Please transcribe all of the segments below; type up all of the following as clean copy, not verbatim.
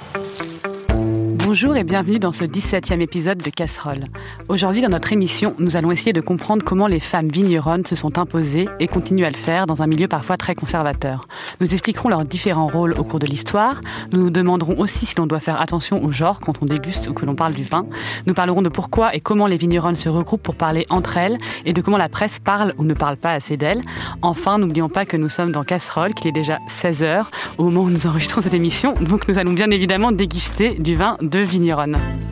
Bonjour et bienvenue dans ce 17e épisode de Casserole. Aujourd'hui, dans notre émission, nous allons essayer de comprendre comment les femmes vigneronnes se sont imposées et continuent à le faire dans un milieu parfois très conservateur. Nous expliquerons leurs différents rôles au cours de l'histoire. Nous nous demanderons aussi si l'on doit faire attention au genre quand on déguste ou que l'on parle du vin. Nous parlerons de pourquoi et comment les vigneronnes se regroupent pour parler entre elles et de comment la presse parle ou ne parle pas assez d'elles. Enfin, n'oublions pas que nous sommes dans Casserole, qu'il est déjà 16h au moment où nous enregistrons cette émission. Donc nous allons bien évidemment déguster du vin de vigneronne.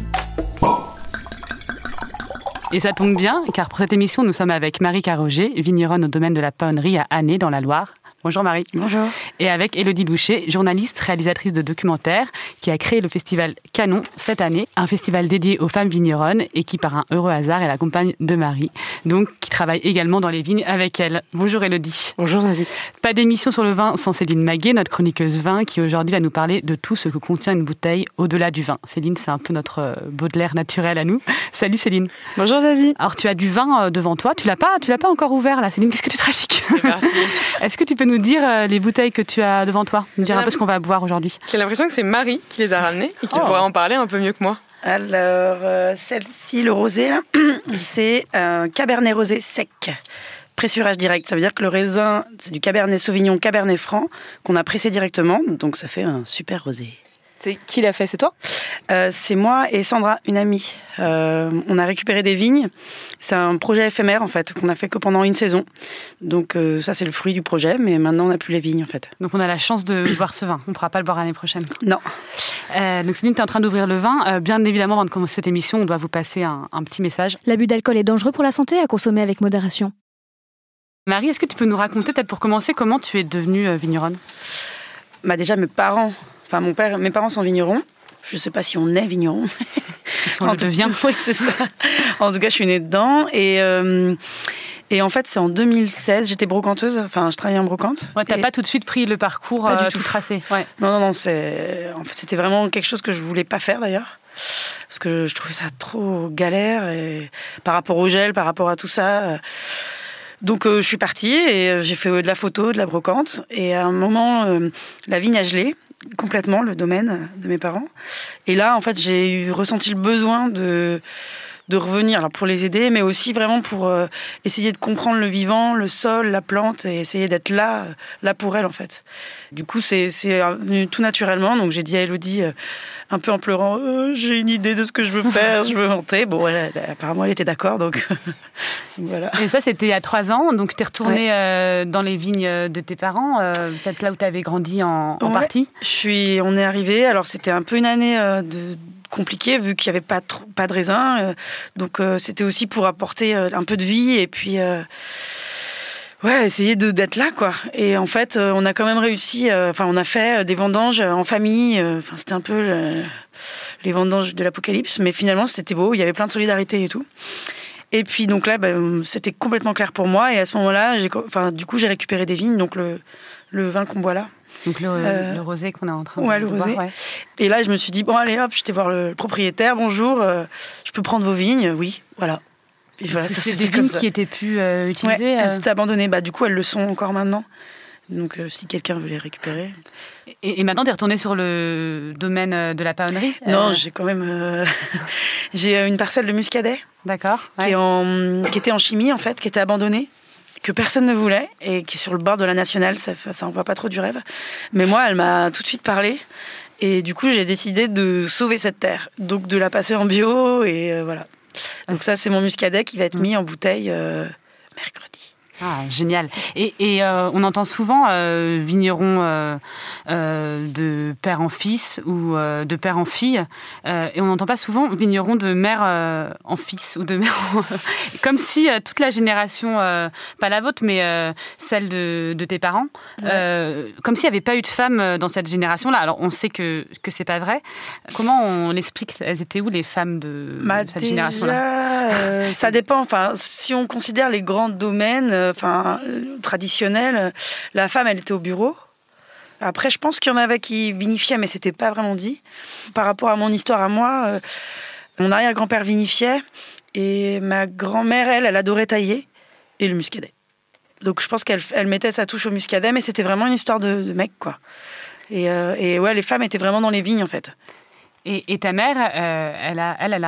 Et ça tombe bien, car pour cette émission, nous sommes avec Marie Carroger, vigneronne au domaine de la Paonnerie à Année, dans la Loire. Bonjour Marie. Bonjour. Et avec Élodie Boucher, journaliste, réalisatrice de documentaires, qui a créé le festival Canon cette année, un festival dédié aux femmes vigneronnes et qui, par un heureux hasard, est la compagne de Marie, donc qui travaille également dans les vignes avec elle. Bonjour Élodie. Bonjour Zazie. Pas d'émission sur le vin sans Céline Maguet, notre chroniqueuse vin, qui aujourd'hui va nous parler de tout ce que contient une bouteille au-delà du vin. Céline, c'est un peu notre Baudelaire naturel à nous. Salut Céline. Bonjour Zazie. Alors tu as du vin devant toi, tu l'as pas encore ouvert là, Céline, qu'est-ce que tu trafiques ? C'est parti. Est-ce que tu peux nous dire les bouteilles que tu as devant toi, nous dire un peu ce qu'on va boire aujourd'hui ? J'ai l'impression que c'est Marie qui les a ramenées et qui pourra en parler un peu mieux que moi. Alors, celle-ci, le rosé, là, c'est un Cabernet rosé sec, pressurage direct. Ça veut dire que le raisin, c'est du Cabernet Sauvignon, Cabernet Franc, qu'on a pressé directement, donc ça fait un super rosé. C'est qui l'a fait, c'est toi ? C'est moi et Sandra, une amie. On a récupéré des vignes. C'est un projet éphémère, en fait, qu'on a fait que pendant une saison. Donc ça, c'est le fruit du projet, mais maintenant, on n'a plus les vignes, en fait. Donc on a la chance de boire ce vin. On ne pourra pas le boire l'année prochaine. Non. Donc Céline, tu es en train d'ouvrir le vin. Bien évidemment, avant de commencer cette émission, on doit vous passer un petit message. L'abus d'alcool est dangereux pour la santé, à consommer avec modération. Marie, est-ce que tu peux nous raconter, peut-être pour commencer, comment tu es devenue vigneronne ? Déjà, mes parents sont vignerons. Je ne sais pas si on est vigneron. On le devient. Oui, c'est ça. En tout cas, je suis née dedans. Et en fait, c'est en 2016. J'étais brocanteuse. Enfin, je travaillais en brocante. Ouais, t'as pas tout de suite pris le parcours tout tracé. Ouais. Non. En fait, c'était vraiment quelque chose que je voulais pas faire d'ailleurs. Parce que je trouvais ça trop galère. Et par rapport au gel, par rapport à tout ça. Donc, je suis partie et j'ai fait de la photo, de la brocante. Et à un moment, la vigne a gelé complètement, le domaine de mes parents. Et là, en fait, j'ai ressenti le besoin de revenir, alors pour les aider, mais aussi vraiment pour essayer de comprendre le vivant, le sol, la plante, et essayer d'être là pour elle, en fait. Du coup, c'est venu tout naturellement. Donc, j'ai dit à Élodie, un peu en pleurant, j'ai une idée de ce que je veux faire, je veux monter. Bon, apparemment, elle était d'accord, donc voilà. Et ça, c'était il y a 3 ans, donc tu es retournée dans les vignes de tes parents, peut-être là où tu avais grandi en partie. On est arrivés, alors c'était un peu une année compliquée, vu qu'il n'y avait pas de raisin, donc c'était aussi pour apporter un peu de vie, et puis... essayer d'être là, quoi. Et en fait, on a quand même réussi... on a fait des vendanges en famille. C'était un peu les vendanges de l'apocalypse. Mais finalement, c'était beau. Il y avait plein de solidarité et tout. Et puis, donc là, c'était complètement clair pour moi. Et à ce moment-là, j'ai récupéré des vignes. Donc, le vin qu'on boit là. Donc, le rosé qu'on est en train de le boire. rosé. Ouais. Et là, je me suis dit, bon, allez, hop, je vais voir le propriétaire. Bonjour, je peux prendre vos vignes ? Oui, voilà. Et voilà, c'est des vignes qui étaient plus utilisées. Elles étaient abandonnées. Du coup, elles le sont encore maintenant. Donc, si quelqu'un veut les récupérer. Et maintenant, tu es retournée sur le domaine de la Paonnerie ? Non, j'ai quand même... j'ai une parcelle de muscadet. D'accord. Qui était en chimie, en fait, qui était abandonnée, que personne ne voulait, et qui est sur le bord de la Nationale. Ça envoie pas trop du rêve. Mais moi, elle m'a tout de suite parlé. Et du coup, j'ai décidé de sauver cette terre. Donc, de la passer en bio, et voilà. Donc ça, c'est mon muscadet qui va être mis en bouteille mercredi. Ah, génial. Et on entend souvent vignerons de père en fils ou de père en fille. Et on n'entend pas souvent vignerons de mère en fils ou de mère en... Comme si toute la génération, pas la vôtre, mais celle de tes parents, comme s'il n'y avait pas eu de femmes dans cette génération-là. Alors, on sait que c'est pas vrai. Comment on l'explique ? Elles étaient où, les femmes de cette génération-là ? Ça dépend. Enfin, si on considère les grands domaines... traditionnelle, la femme, elle était au bureau. Après, je pense qu'il y en avait qui vinifiaient, mais c'était pas vraiment dit. Par rapport à mon histoire à moi, mon arrière-grand-père vinifiait et ma grand-mère, elle adorait tailler et le muscadet. Donc je pense qu'elle mettait sa touche au muscadet, mais c'était vraiment une histoire de mec, quoi. Et ouais, les femmes étaient vraiment dans les vignes, en fait. Et ta mère, elle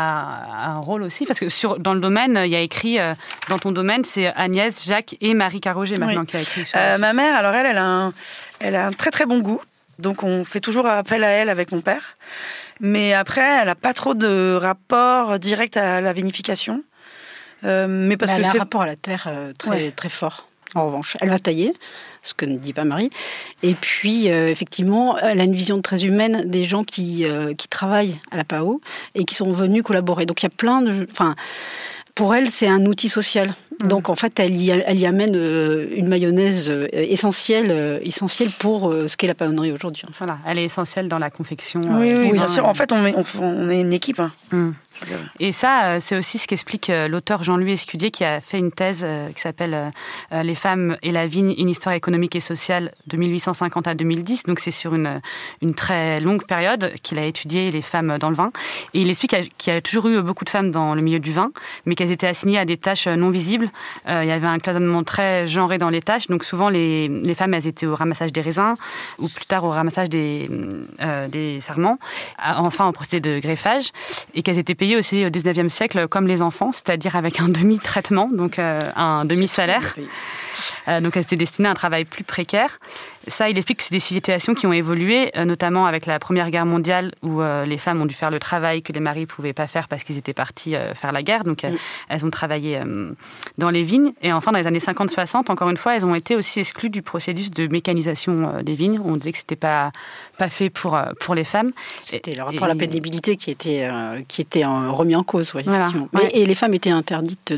a un rôle aussi, parce que dans le domaine, il y a écrit, dans ton domaine, c'est Agnès, Jacques et Marie Carroger maintenant qui a écrit sur le site. Ma mère, alors elle a un très très bon goût, donc on fait toujours appel à elle avec mon père. Mais après, elle n'a pas trop de rapport direct à la vinification. Mais parce que elle a un rapport à la terre très fort. En revanche, elle va tailler, ce que ne dit pas Marie. Et puis, effectivement, elle a une vision très humaine des gens qui travaillent à la PAO et qui sont venus collaborer. Donc, il y a plein de... Pour elle, c'est un outil social. Donc, en fait, elle y amène une mayonnaise essentielle pour ce qu'est la paonnerie aujourd'hui. Voilà, elle est essentielle dans la confection. Oui, bien sûr. En fait, on est une équipe. Hein. Et ça, c'est aussi ce qu'explique l'auteur Jean-Louis Escudier, qui a fait une thèse qui s'appelle « Les femmes et la vigne, une histoire économique et sociale de 1850 à 2010 ». Donc c'est sur une très longue période qu'il a étudié les femmes dans le vin. Et il explique qu'il y a toujours eu beaucoup de femmes dans le milieu du vin, mais qu'elles étaient assignées à des tâches non visibles. Il y avait un cloisonnement très genré dans les tâches. Donc souvent, les femmes, elles étaient au ramassage des raisins, ou plus tard au ramassage des sarments, enfin au procédé de greffage, et qu'elles étaient payées aussi au 19e siècle comme les enfants, c'est-à-dire avec un demi-traitement, donc un demi-salaire. Donc elles étaient destinées à un travail plus précaire. Ça, il explique que c'est des situations qui ont évolué, notamment avec la Première Guerre mondiale, où les femmes ont dû faire le travail que les maris ne pouvaient pas faire parce qu'ils étaient partis faire la guerre. Donc elles ont travaillé dans les vignes. Et enfin, dans les années 50-60, encore une fois, elles ont été aussi exclues du processus de mécanisation des vignes. On disait que ce n'était pas fait pour les femmes. C'était le rapport à la pénibilité qui était remis en cause, oui, voilà. Effectivement. Et les femmes étaient interdites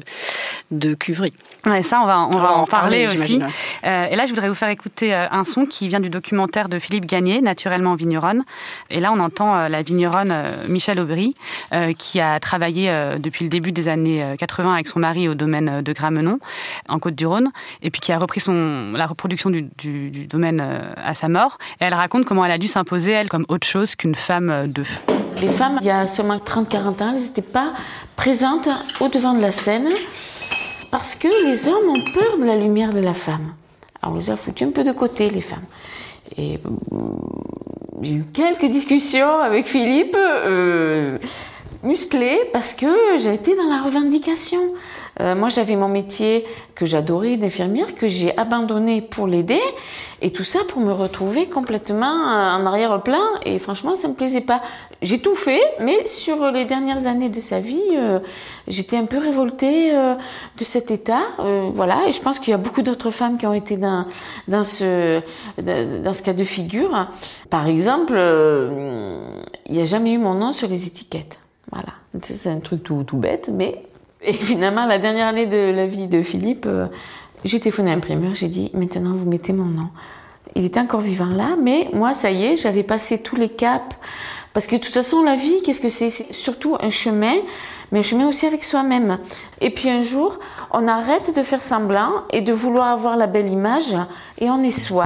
de cuverie. Ouais, ça, on va en parler aussi. Ouais. Et là, je voudrais vous faire écouter un son qui vient du documentaire de Philippe Gagné, Naturellement vigneronne. Et là, on entend la vigneronne Michèle Aubry, qui a travaillé depuis le début des années 80 avec son mari au domaine de Gramenon, en Côte-du-Rhône, et puis qui a repris la reproduction du domaine à sa mort. Et elle raconte comment elle a dû s'imposer, elle, comme autre chose qu'une femme d'œuf. Les femmes, il y a seulement 30-40 ans, elles n'étaient pas présentes au devant de la scène parce que les hommes ont peur de la lumière de la femme. Alors, on les a foutus un peu de côté, les femmes. Et j'ai eu quelques discussions avec Philippe, musclées, parce que j'ai été dans la revendication. Moi, j'avais mon métier que j'adorais d'infirmière, que j'ai abandonné pour l'aider, et tout ça pour me retrouver complètement en arrière-plan, et franchement, ça me plaisait pas. J'ai tout fait, mais sur les dernières années de sa vie, j'étais un peu révoltée de cet état, voilà, et je pense qu'il y a beaucoup d'autres femmes qui ont été dans ce cas de figure. Par exemple, il n'y a jamais eu mon nom sur les étiquettes, voilà. C'est un truc tout bête, mais... Et finalement, la dernière année de la vie de Philippe, j'ai téléphoné à l'imprimeur, j'ai dit « Maintenant, vous mettez mon nom ». Il était encore vivant là, mais moi, ça y est, j'avais passé tous les caps. Parce que de toute façon, la vie, qu'est-ce que c'est ? C'est surtout un chemin, mais un chemin aussi avec soi-même. Et puis un jour, on arrête de faire semblant et de vouloir avoir la belle image, et on est soi.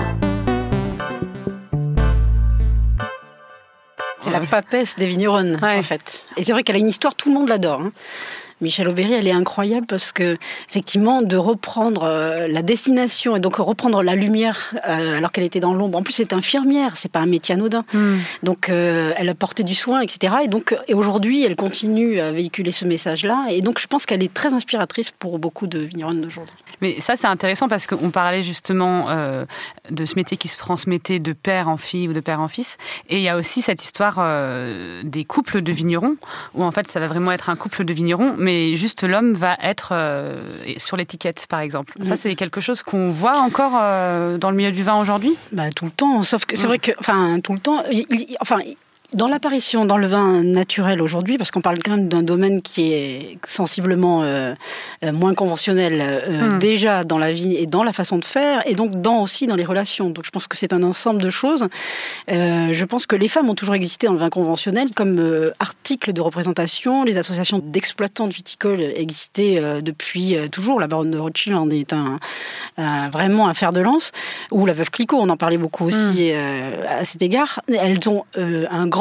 C'est la papesse des vigneronnes, en fait. Et c'est vrai qu'elle a une histoire, tout le monde l'adore, hein. Michèle Aubry, elle est incroyable parce que, effectivement, de reprendre la destination et donc reprendre la lumière alors qu'elle était dans l'ombre. En plus, c'est infirmière, c'est pas un métier anodin. Donc, elle a porté du soin, etc. Et aujourd'hui, elle continue à véhiculer ce message-là. Et donc, je pense qu'elle est très inspiratrice pour beaucoup de vigneronnes d'aujourd'hui. Mais ça, c'est intéressant parce qu'on parlait justement de ce métier qui se transmettait de père en fille ou de père en fils. Et il y a aussi cette histoire des couples de vignerons, où en fait, ça va vraiment être un couple de vignerons, mais juste l'homme va être sur l'étiquette, par exemple. Ça, c'est quelque chose qu'on voit encore dans le milieu du vin aujourd'hui ? Tout le temps, sauf que c'est vrai que, tout le temps, dans l'apparition dans le vin naturel aujourd'hui, parce qu'on parle quand même d'un domaine qui est sensiblement moins conventionnel déjà dans la vie et dans la façon de faire, et donc aussi dans les relations. Donc je pense que c'est un ensemble de choses. Je pense que les femmes ont toujours existé dans le vin conventionnel comme article de représentation. Les associations d'exploitants de viticoles existaient depuis toujours. La baronne de Rothschild en est vraiment un fer de lance. Ou la veuve Clicquot, on en parlait beaucoup aussi à cet égard. Elles ont un grand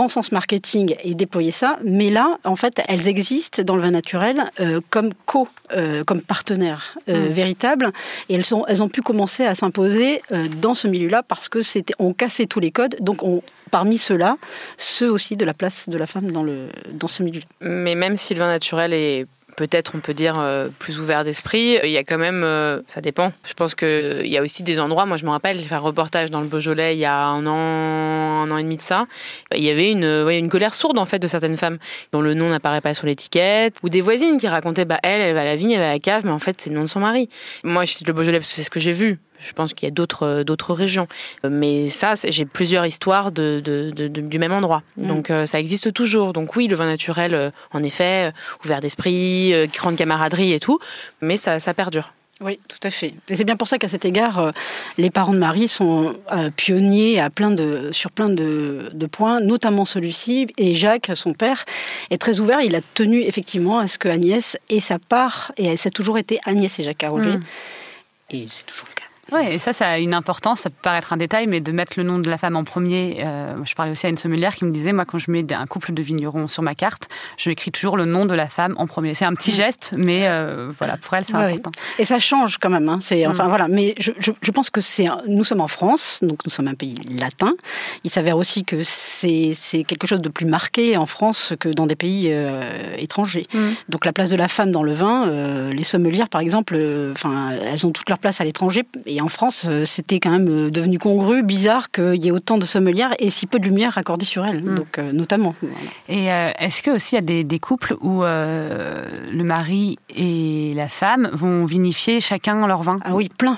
grand sens marketing et déployer ça. Mais là, en fait, elles existent dans le vin naturel comme partenaires véritables. Et elles ont pu commencer à s'imposer dans ce milieu-là parce que on cassait tous les codes. Donc, parmi ceux-là, ceux aussi de la place de la femme dans ce milieu. Mais même si le vin naturel est peut-être, on peut dire, plus ouvert d'esprit, il y a quand même, ça dépend. Je pense qu'il y a aussi des endroits, moi je me rappelle, j'ai fait un reportage dans le Beaujolais il y a un an et demi de ça, il y avait une colère sourde en fait de certaines femmes dont le nom n'apparaît pas sur l'étiquette, ou des voisines qui racontaient, elle va à la vigne, elle va à la cave, mais en fait c'est le nom de son mari. Moi je cite le Beaujolais parce que c'est ce que j'ai vu. Je pense qu'il y a d'autres régions. Mais ça, j'ai plusieurs histoires du même endroit. Donc ça existe toujours. Donc oui, le vin naturel, en effet, ouvert d'esprit, grande camaraderie et tout, mais ça perdure. Oui, tout à fait. Et c'est bien pour ça qu'à cet égard, les parents de Marie sont pionniers sur plein de points, notamment celui-ci. Et Jacques, son père, est très ouvert. Il a tenu effectivement à ce que Agnès ait sa part, et ça a toujours été Agnès et Jacques Carolger. Et c'est toujours le cas. Oui, et ça a une importance, ça peut paraître un détail, mais de mettre le nom de la femme en premier. Je parlais aussi à une sommelière qui me disait, moi, quand je mets un couple de vignerons sur ma carte, je écris toujours le nom de la femme en premier. C'est un petit geste, mais voilà, pour elle, c'est important. Et ça change quand même. Voilà. Mais je pense que nous sommes en France, donc nous sommes un pays latin. Il s'avère aussi que c'est quelque chose de plus marqué en France que dans des pays étrangers. Donc la place de la femme dans le vin, les sommelières, par exemple, elles ont toute leur place à l'étranger. Et en France, c'était quand même devenu congru, bizarre qu'il y ait autant de sommelières et si peu de lumière accordée sur elles, donc notamment. Voilà. Et est-ce qu'il y a des couples où le mari et la femme vont vinifier chacun leur vin ? Ah oui, plein.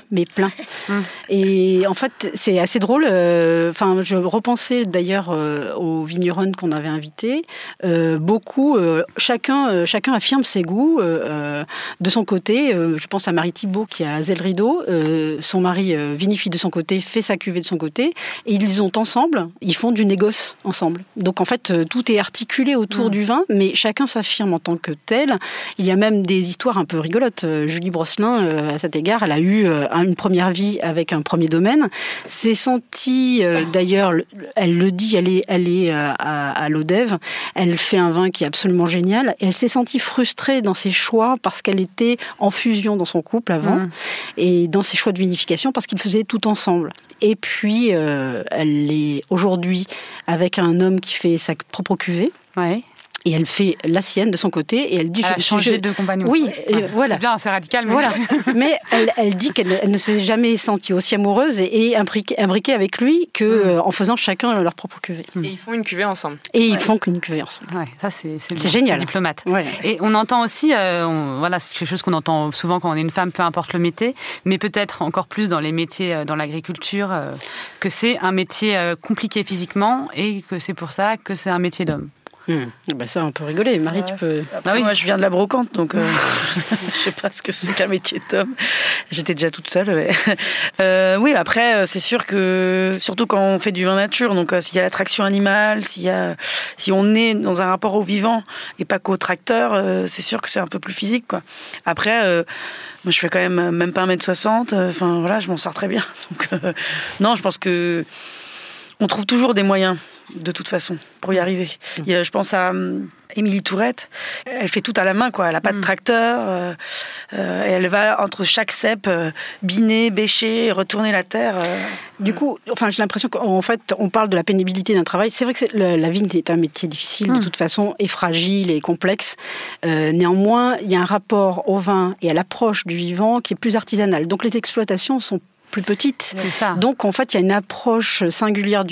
Et en fait, c'est assez drôle. Je repensais d'ailleurs aux vigneronnes qu'on avait invitées. Beaucoup, chacun affirme ses goûts de son côté. Je pense à Marie Thibault qui a Zell Rideau. Son mari vinifie de son côté, fait sa cuvée de son côté, et ils font du négoce ensemble. Donc en fait, tout est articulé autour du vin, mais chacun s'affirme en tant que tel. Il y a même des histoires un peu rigolotes. Julie Brosselin, à cet égard, elle a eu une première vie avec un premier domaine. S'est sentie, d'ailleurs, elle le dit, elle est à l'Odève, elle fait un vin qui est absolument génial, et elle s'est sentie frustrée dans ses choix parce qu'elle était en fusion dans son couple avant, et dans ses choix de vinification parce qu'ils faisaient tout ensemble. Et puis, elle est aujourd'hui avec un homme qui fait sa propre cuvée. Ouais. Et elle fait la sienne de son côté et elle dit... Elle a changé de compagnon. Oui, voilà. C'est bien, c'est radical. Mais voilà. Mais elle dit qu'elle ne s'est jamais sentie aussi amoureuse et imbriquée avec lui qu'en faisant chacun leur propre cuvée. Et ils font une cuvée ensemble. Et ils font qu'une cuvée ensemble. Ouais, ça c'est génial. C'est diplomate. Ouais. Et on entend aussi, c'est quelque chose qu'on entend souvent quand on est une femme, peu importe le métier, mais peut-être encore plus dans les métiers, dans l'agriculture, que c'est un métier compliqué physiquement et que c'est pour ça que c'est un métier d'homme. Ça, on peut rigoler. Marie, tu peux... Après, moi, je viens de la brocante, donc je sais pas ce que c'est qu'un métier d'homme. J'étais déjà toute seule. Oui, après, c'est sûr que, surtout quand on fait du vin nature, donc s'il y a l'attraction animale, si on est dans un rapport au vivant et pas qu'au tracteur, c'est sûr que c'est un peu plus physique, quoi. Après... moi, je fais quand même pas 1m60. Je m'en sors très bien. Donc, non, je pense que on trouve toujours des moyens, de toute façon, pour y arriver. Je pense à Émilie Tourette. Elle fait tout à la main, quoi. Elle n'a pas de tracteur. Et elle va entre chaque cep biner, bêcher, retourner la terre. Du coup, j'ai l'impression qu'en fait, on parle de la pénibilité d'un travail. C'est vrai que la vigne est un métier difficile, de toute façon, et fragile et complexe. Néanmoins, il y a un rapport au vin et à l'approche du vivant qui est plus artisanal. Donc, les exploitations sont plus petite. Donc, en fait, il y a une approche singulière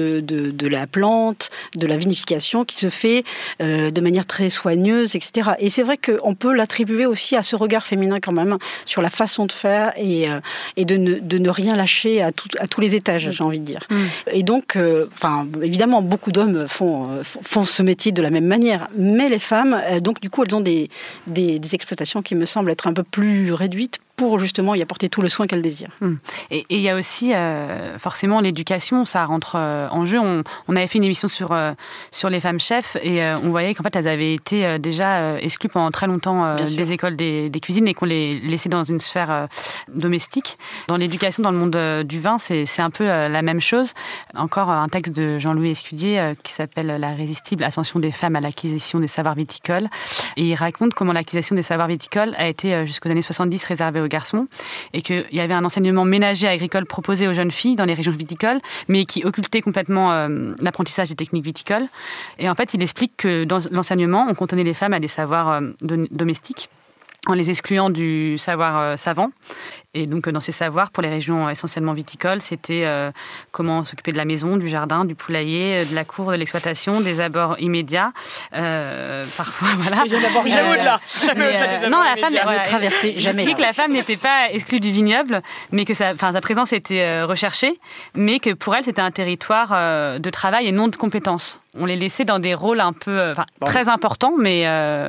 de la plante, de la vinification qui se fait de manière très soigneuse, etc. Et c'est vrai qu'on peut l'attribuer aussi à ce regard féminin quand même sur la façon de faire et de ne rien lâcher à tous les étages, j'ai envie de dire. Et donc, évidemment, beaucoup d'hommes font ce métier de la même manière, mais les femmes, donc du coup, elles ont des exploitations qui me semblent être un peu plus réduites pour justement y apporter tout le soin qu'elle désire. Et il y a aussi forcément l'éducation, ça rentre en jeu. On avait fait une émission sur les femmes chefs et on voyait qu'en fait elles avaient été déjà exclues pendant très longtemps des écoles des cuisines et qu'on les laissait dans une sphère domestique. Dans l'éducation, dans le monde du vin, c'est un peu la même chose. Encore un texte de Jean-Louis Escudier qui s'appelle « La résistible ascension des femmes à l'acquisition des savoirs viticoles ». Et il raconte comment l'acquisition des savoirs viticoles a été jusqu'aux années 70 réservée aux garçons et qu'il y avait un enseignement ménager agricole proposé aux jeunes filles dans les régions viticoles, mais qui occultait complètement l'apprentissage des techniques viticoles. Et en fait, il explique que dans l'enseignement, on cantonnait les femmes à des savoirs domestiques, en les excluant du savoir savant. Et donc, dans ces savoirs, pour les régions essentiellement viticoles, c'était comment s'occuper de la maison, du jardin, du poulailler, de la cour, de l'exploitation, des abords immédiats. Parfois, voilà. Jamais au-delà. Jamais au-delà des non, abords la femme immédiats. ne traversait jamais. Que la femme n'était pas exclue du vignoble, mais que sa présence était recherchée, mais que pour elle, c'était un territoire de travail et non de compétences. On les laissait dans des rôles un peu très importants, mais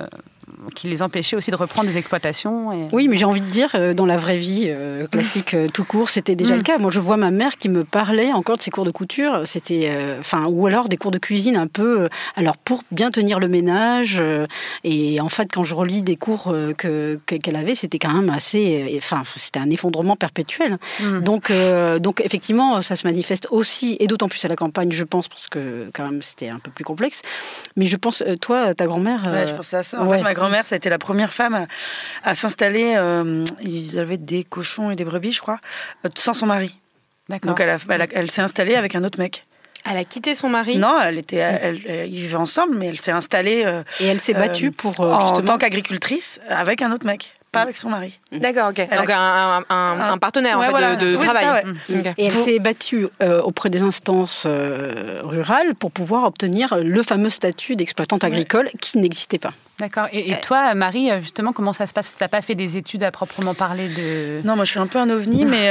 qui les empêchait aussi de reprendre des exploitations. Et... Oui, mais j'ai envie de dire, dans la vraie vie classique tout court, c'était déjà le cas. Moi, je vois ma mère qui me parlait encore de ses cours de couture, c'était, ou alors des cours de cuisine un peu, alors pour bien tenir le ménage. Et en fait, quand je relis des cours qu'elle avait, c'était quand même assez, c'était un effondrement perpétuel. Donc, effectivement, ça se manifeste aussi, et d'autant plus à la campagne, je pense, parce que quand même, c'était un peu plus complexe. Mais je pense, toi, ta grand-mère... Ouais, je pensais à ça. En fait, ma grand-mère, ça a été la première femme à s'installer. Ils avaient des cochons et des brebis, je crois, sans son mari. D'accord. Donc elle s'est installée avec un autre mec. Elle a quitté son mari ? Non, ils vivaient ensemble, mais elle s'est installée. Et elle s'est battue pour en tant qu'agricultrice avec un autre mec. Pas avec son mari. D'accord, ok. Donc un partenaire de travail. Ça, Okay. Et elle s'est battue auprès des instances rurales pour pouvoir obtenir le fameux statut d'exploitante agricole qui n'existait pas. D'accord. Et toi, Marie, justement, comment ça se passe ? Tu n'as pas fait des études à proprement parler de... Non, moi je suis un peu un ovni, mais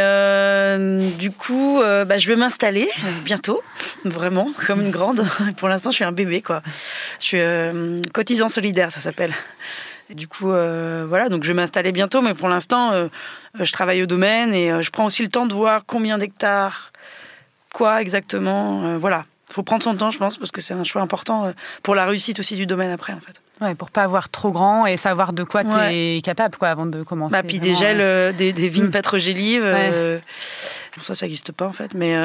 du coup, je vais m'installer bientôt, vraiment, comme une grande. Pour l'instant, je suis un bébé, quoi. Je suis cotisant solidaire, ça s'appelle. Et du coup, voilà, donc je vais m'installer bientôt, mais pour l'instant, je travaille au domaine et je prends aussi le temps de voir combien d'hectares, quoi exactement. Voilà, il faut prendre son temps, je pense, parce que c'est un choix important pour la réussite aussi du domaine après, en fait. Ouais, pour pas avoir trop grand et savoir de quoi tu es capable, quoi, avant de commencer. Puis des gels, des vignes pétrogélives. Ça n'existe pas en fait, mais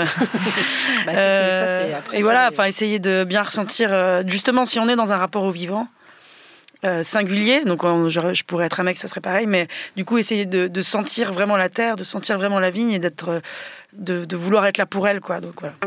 c'est après. Et voilà, essayer de bien ressentir. Justement, si on est dans un rapport au vivant singulier, donc je pourrais être un mec, ça serait pareil, mais du coup essayer de sentir vraiment la terre, de sentir vraiment la vigne et de vouloir être là pour elle, quoi. Donc voilà.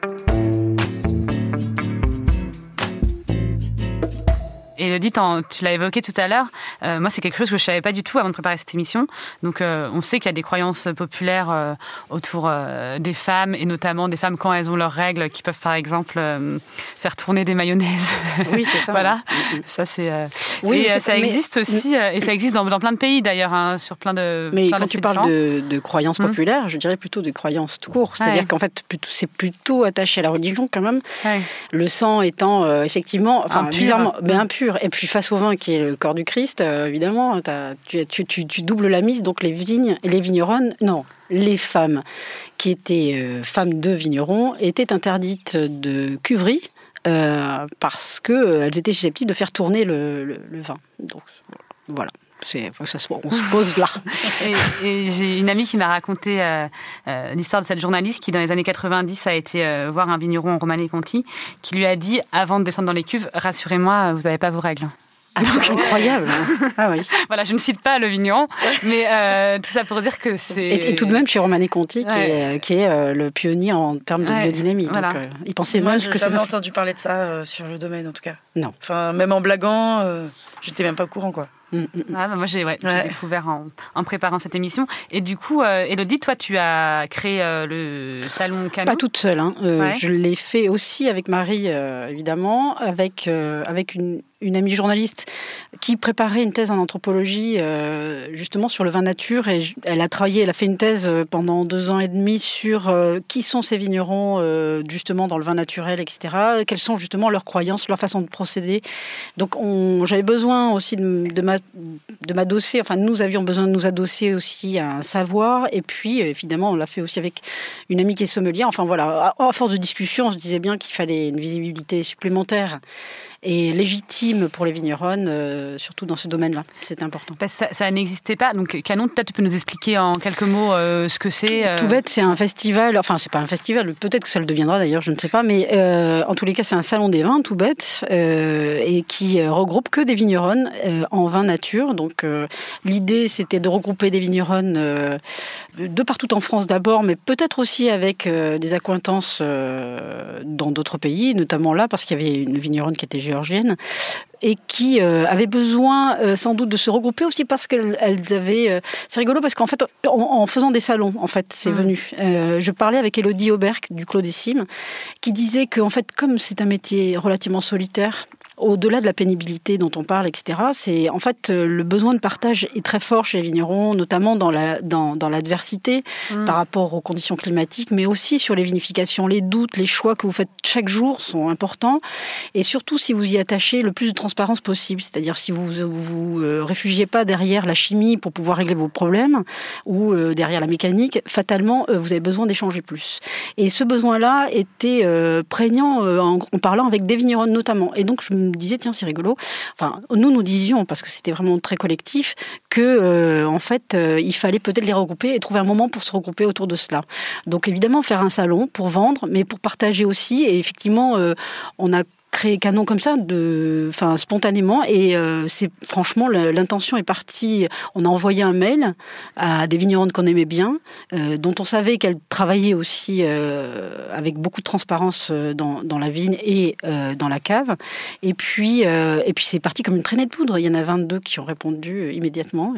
Élodie, tu l'as évoqué tout à l'heure, moi c'est quelque chose que je ne savais pas du tout avant de préparer cette émission. Donc on sait qu'il y a des croyances populaires autour des femmes, et notamment des femmes quand elles ont leurs règles, qui peuvent par exemple faire tourner des mayonnaises. Oui, c'est ça. Voilà, ça c'est... Oui, et ça existe aussi, et ça existe dans plein de pays d'ailleurs, hein, sur plein de... Mais plein quand tu parles de croyances populaires, je dirais plutôt de croyances tout court. C'est-à-dire qu'en fait, c'est plutôt attaché à la religion quand même. Ouais. Le sang étant effectivement, bizarrement, mais impur. Et puis face au vin qui est le corps du Christ, évidemment, tu doubles la mise. Donc les vigneronnes, non, les femmes qui étaient femmes de vignerons étaient interdites de cuverie parce qu'elles étaient susceptibles de faire tourner le vin. Donc voilà. On se pose là. Et j'ai une amie qui m'a raconté l'histoire de cette journaliste qui, dans les années 90, a été voir un vigneron en Romanée-Conti qui lui a dit, avant de descendre dans les cuves, rassurez-moi, vous n'avez pas vos règles. Ah, c'est incroyable. Ah oui. Voilà, je ne cite pas le vigneron, mais tout ça pour dire que c'est... Et tout de même chez Romanée-Conti, qui est le pionnier en termes de biodynamie. Voilà. Donc, il pensait même que j'avais entendu parler de ça sur le domaine, en tout cas. Non. Enfin, même en blaguant, j'étais même pas au courant, quoi. Moi, j'ai découvert en préparant cette émission. Et du coup, Élodie, toi, tu as créé le salon Canon. Pas toute seule. Je l'ai fait aussi avec Marie, évidemment, avec une amie journaliste qui préparait une thèse en anthropologie justement sur le vin nature, et elle a fait une thèse pendant 2 ans et demi sur qui sont ces vignerons justement dans le vin naturel, etc. Quelles sont justement leurs croyances, leur façon de procéder. Donc j'avais besoin aussi de m'adosser, enfin nous avions besoin de nous adosser aussi à un savoir, et puis évidemment on l'a fait aussi avec une amie qui est sommelière. Enfin voilà, à force de discussion, on se disait bien qu'il fallait une visibilité supplémentaire et légitime pour les vigneronnes, surtout dans ce domaine-là. C'est important. Parce que ça n'existait pas. Donc, Canon, peut-être tu peux nous expliquer en quelques mots ce que c'est. Tout bête, c'est un festival. Enfin, c'est pas un festival. Peut-être que ça le deviendra d'ailleurs, je ne sais pas. Mais en tous les cas, c'est un salon des vins, tout bête, et qui regroupe que des vigneronnes en vin nature. Donc, l'idée, c'était de regrouper des vigneronnes de partout en France d'abord, mais peut-être aussi avec des accointances dans d'autres pays, notamment là, parce qu'il y avait une vigneronne qui était géorgienne et qui avaient besoin sans doute de se regrouper aussi parce qu'elles avaient... c'est rigolo parce qu'en fait, en faisant des salons, en fait, c'est venu. Je parlais avec Élodie Aubert du Clos des Cimes, qui disait que, en fait, comme c'est un métier relativement solitaire, au-delà de la pénibilité dont on parle, etc., c'est en fait le besoin de partage est très fort chez les vignerons, notamment dans l'adversité par rapport aux conditions climatiques, mais aussi sur les vinifications. Les doutes, les choix que vous faites chaque jour sont importants, et surtout si vous y attachez le plus de transparence possible, c'est-à-dire si vous réfugiez pas derrière la chimie pour pouvoir régler vos problèmes ou derrière la mécanique, fatalement vous avez besoin d'échanger plus. Et ce besoin-là était prégnant en parlant avec des vignerons notamment. Et donc je me disais, tiens, c'est rigolo. Enfin, nous disions, parce que c'était vraiment très collectif, que en fait, il fallait peut-être les regrouper et trouver un moment pour se regrouper autour de cela. Donc évidemment, faire un salon pour vendre, mais pour partager aussi. Et effectivement, on a créé Canon comme ça, spontanément, et c'est franchement l'intention est partie. On a envoyé un mail à des vigneronnes qu'on aimait bien, dont on savait qu'elles travaillaient aussi avec beaucoup de transparence dans la vigne et dans la cave. Et puis c'est parti comme une traînée de poudre. Il y en a 22 qui ont répondu immédiatement,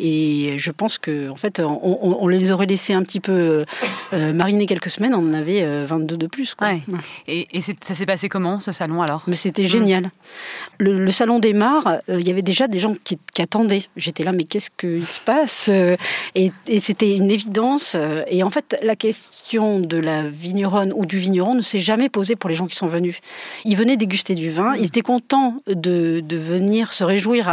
et je pense que en fait on les aurait laissés un petit peu mariner quelques semaines, on en avait 22 de plus, quoi. Ouais. Et ça s'est passé comment, ce salon, alors ? Mais c'était génial. Le salon démarre, il y avait déjà des gens qui attendaient. J'étais là, mais qu'est-ce qu'il se passe ? Et c'était une évidence. Et en fait, la question de la vigneronne ou du vigneron ne s'est jamais posée pour les gens qui sont venus. Ils venaient déguster du vin. Ils étaient contents de venir se réjouir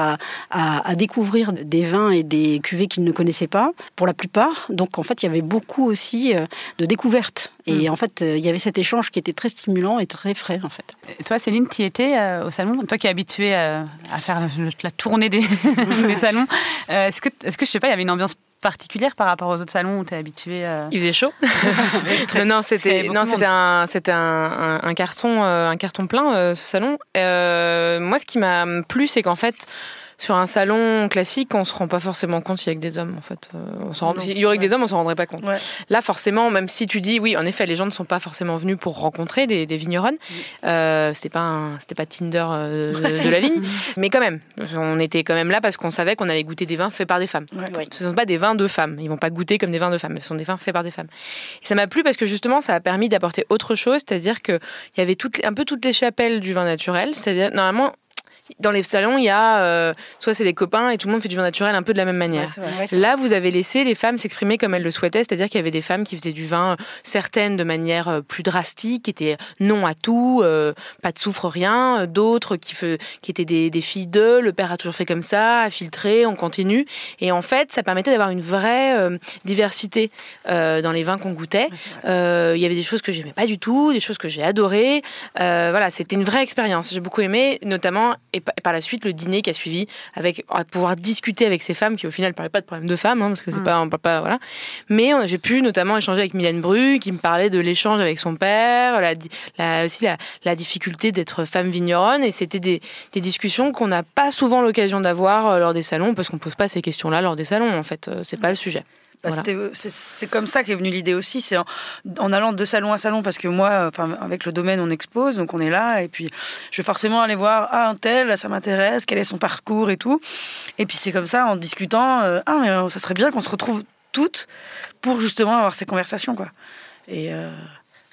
à découvrir des vins et des cuvées qu'ils ne connaissaient pas, pour la plupart. Donc, en fait, il y avait beaucoup aussi de découvertes. Et en fait, il y avait cet échange qui était très stimulant et très frais, en fait. Et toi, Céline, tu y étais au salon, toi qui es habituée à faire la tournée des salons, est-ce que je sais pas, il y avait une ambiance particulière par rapport aux autres salons où tu es habituée Il faisait chaud. C'était un carton plein, ce salon. Moi, ce qui m'a plu, c'est qu'en fait, sur un salon classique, on se rend pas forcément compte s'il y a que des hommes, en fait. S'il y aurait que des hommes, on s'en rendrait pas compte. Ouais. Là, forcément, même si tu dis, oui, en effet, les gens ne sont pas forcément venus pour rencontrer des vigneronnes. C'était pas Tinder de la vigne. Mais quand même, on était quand même là parce qu'on savait qu'on allait goûter des vins faits par des femmes. Ouais. Ce ne sont pas des vins de femmes. Ils vont pas goûter comme des vins de femmes. Ce sont des vins faits par des femmes. Et ça m'a plu parce que justement, ça a permis d'apporter autre chose. C'est-à-dire qu'il y avait un peu toutes les chapelles du vin naturel. C'est-à-dire, normalement, dans les salons, il y a soit c'est des copains et tout le monde fait du vin naturel un peu de la même manière. Ouais, là, vous avez laissé les femmes s'exprimer comme elles le souhaitaient, c'est-à-dire qu'il y avait des femmes qui faisaient du vin, certaines de manière plus drastique, qui étaient non à tout, pas de soufre, rien, d'autres qui étaient des filles d'eux, le père a toujours fait comme ça, a filtré, on continue. Et en fait, ça permettait d'avoir une vraie diversité dans les vins qu'on goûtait. Il y avait des choses que j'aimais pas du tout, des choses que j'ai adorées. Voilà, c'était une vraie expérience. J'ai beaucoup aimé, notamment. Et par la suite, le dîner qui a suivi, à pouvoir discuter avec ces femmes qui, au final, ne parlaient pas de problème de femmes, parce que on parle pas, voilà. Mais j'ai pu notamment échanger avec Mylène Bru, qui me parlait de l'échange avec son père, aussi la difficulté d'être femme vigneronne. Et c'était des discussions qu'on n'a pas souvent l'occasion d'avoir lors des salons, parce qu'on ne pose pas ces questions-là lors des salons, en fait. C'est pas le sujet. Voilà. C'est comme ça qu'est venue l'idée aussi, c'est en allant de salon à salon, parce que moi, avec le domaine, on expose, donc on est là, et puis je vais forcément aller voir un tel, ça m'intéresse, quel est son parcours et tout. Et puis c'est comme ça, en discutant, mais ça serait bien qu'on se retrouve toutes pour justement avoir ces conversations, quoi. Et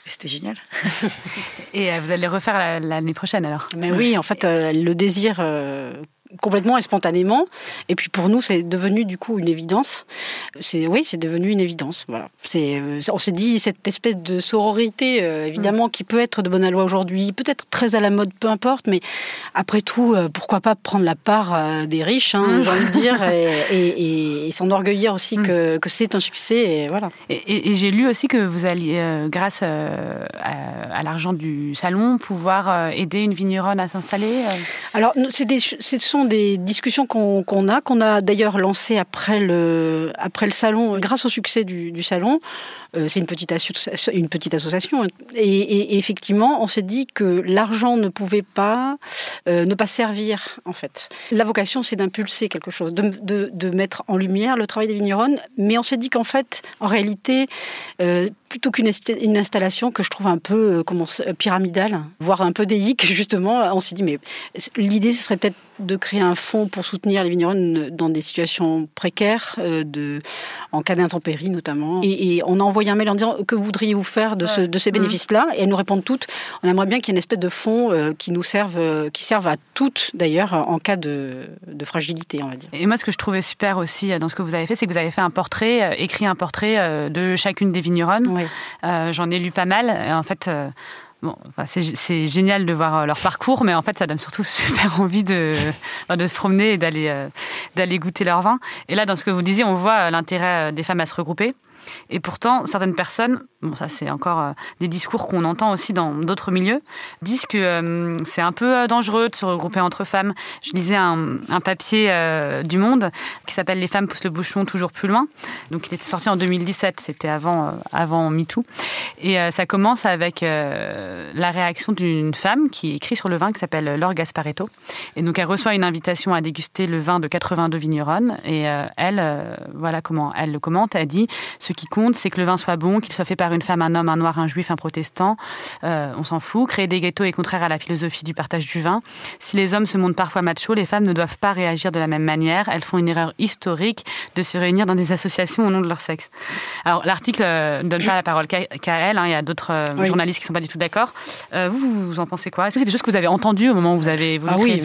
Et c'était génial. Et vous allez refaire l'année prochaine alors? Mais oui, en fait, le désir complètement et spontanément. Et puis pour nous, c'est devenu du coup une évidence. C'est devenu une évidence. Voilà. On s'est dit, cette espèce de sororité, évidemment, qui peut être de bonne aloi aujourd'hui, peut-être très à la mode, peu importe, mais après tout, pourquoi pas prendre la part des riches, j'ai envie de dire, et s'enorgueillir aussi que c'est un succès. Et voilà. Et j'ai lu aussi que vous alliez, grâce à l'argent du salon, pouvoir aider une vigneronne à s'installer. Alors, ce sont des discussions qu'on a d'ailleurs lancées après le salon, grâce au succès du salon. C'est une petite association. Et effectivement, on s'est dit que l'argent ne pouvait pas ne pas servir, en fait. La vocation, c'est d'impulser quelque chose, de mettre en lumière le travail des vigneronnes. Mais on s'est dit qu'en fait, en réalité, plutôt qu'une installation que je trouve un peu pyramidale, voire un peu déique, justement, on s'est dit, mais l'idée, ce serait peut-être de créer un fonds pour soutenir les vigneronnes dans des situations précaires, en cas d'intempéries notamment. Et on a envoyé un mail en disant que voudriez-vous faire de ces bénéfices-là, et elles nous répondent toutes. On aimerait bien qu'il y ait une espèce de fonds qui serve à toutes d'ailleurs en cas de fragilité, on va dire. Et moi, ce que je trouvais super aussi dans ce que vous avez fait, c'est que vous avez fait écrit un portrait de chacune des vigneronnes. Oui. J'en ai lu pas mal. Et en fait. C'est génial de voir leur parcours, mais en fait, ça donne surtout super envie de se promener et d'aller goûter leur vin. Et là, dans ce que vous disiez, on voit l'intérêt des femmes à se regrouper. Et pourtant, certaines personnes, ça c'est encore des discours qu'on entend aussi dans d'autres milieux, disent que c'est un peu dangereux de se regrouper entre femmes. Je lisais un papier du Monde qui s'appelle « Les femmes poussent le bouchon toujours plus loin ». Donc il était sorti en 2017, c'était avant MeToo. Et ça commence avec la réaction d'une femme qui écrit sur le vin qui s'appelle Laure Gasparetto. Et donc elle reçoit une invitation à déguster le vin de 82 vigneronnes. Et voilà comment elle le commente. Elle dit « Ce qui compte, c'est que le vin soit bon, qu'il soit fait par une femme, un homme, un noir, un juif, un protestant. On s'en fout. Créer des ghettos est contraire à la philosophie du partage du vin. Si les hommes se montrent parfois machos, les femmes ne doivent pas réagir de la même manière. Elles font une erreur historique de se réunir dans des associations au nom de leur sexe. » Alors, l'article ne donne pas la parole qu'à elle. Il y a d'autres journalistes qui ne sont pas du tout d'accord. Vous en pensez quoi? Est-ce que c'est des choses que vous avez entendues au moment où vous avez voulu créer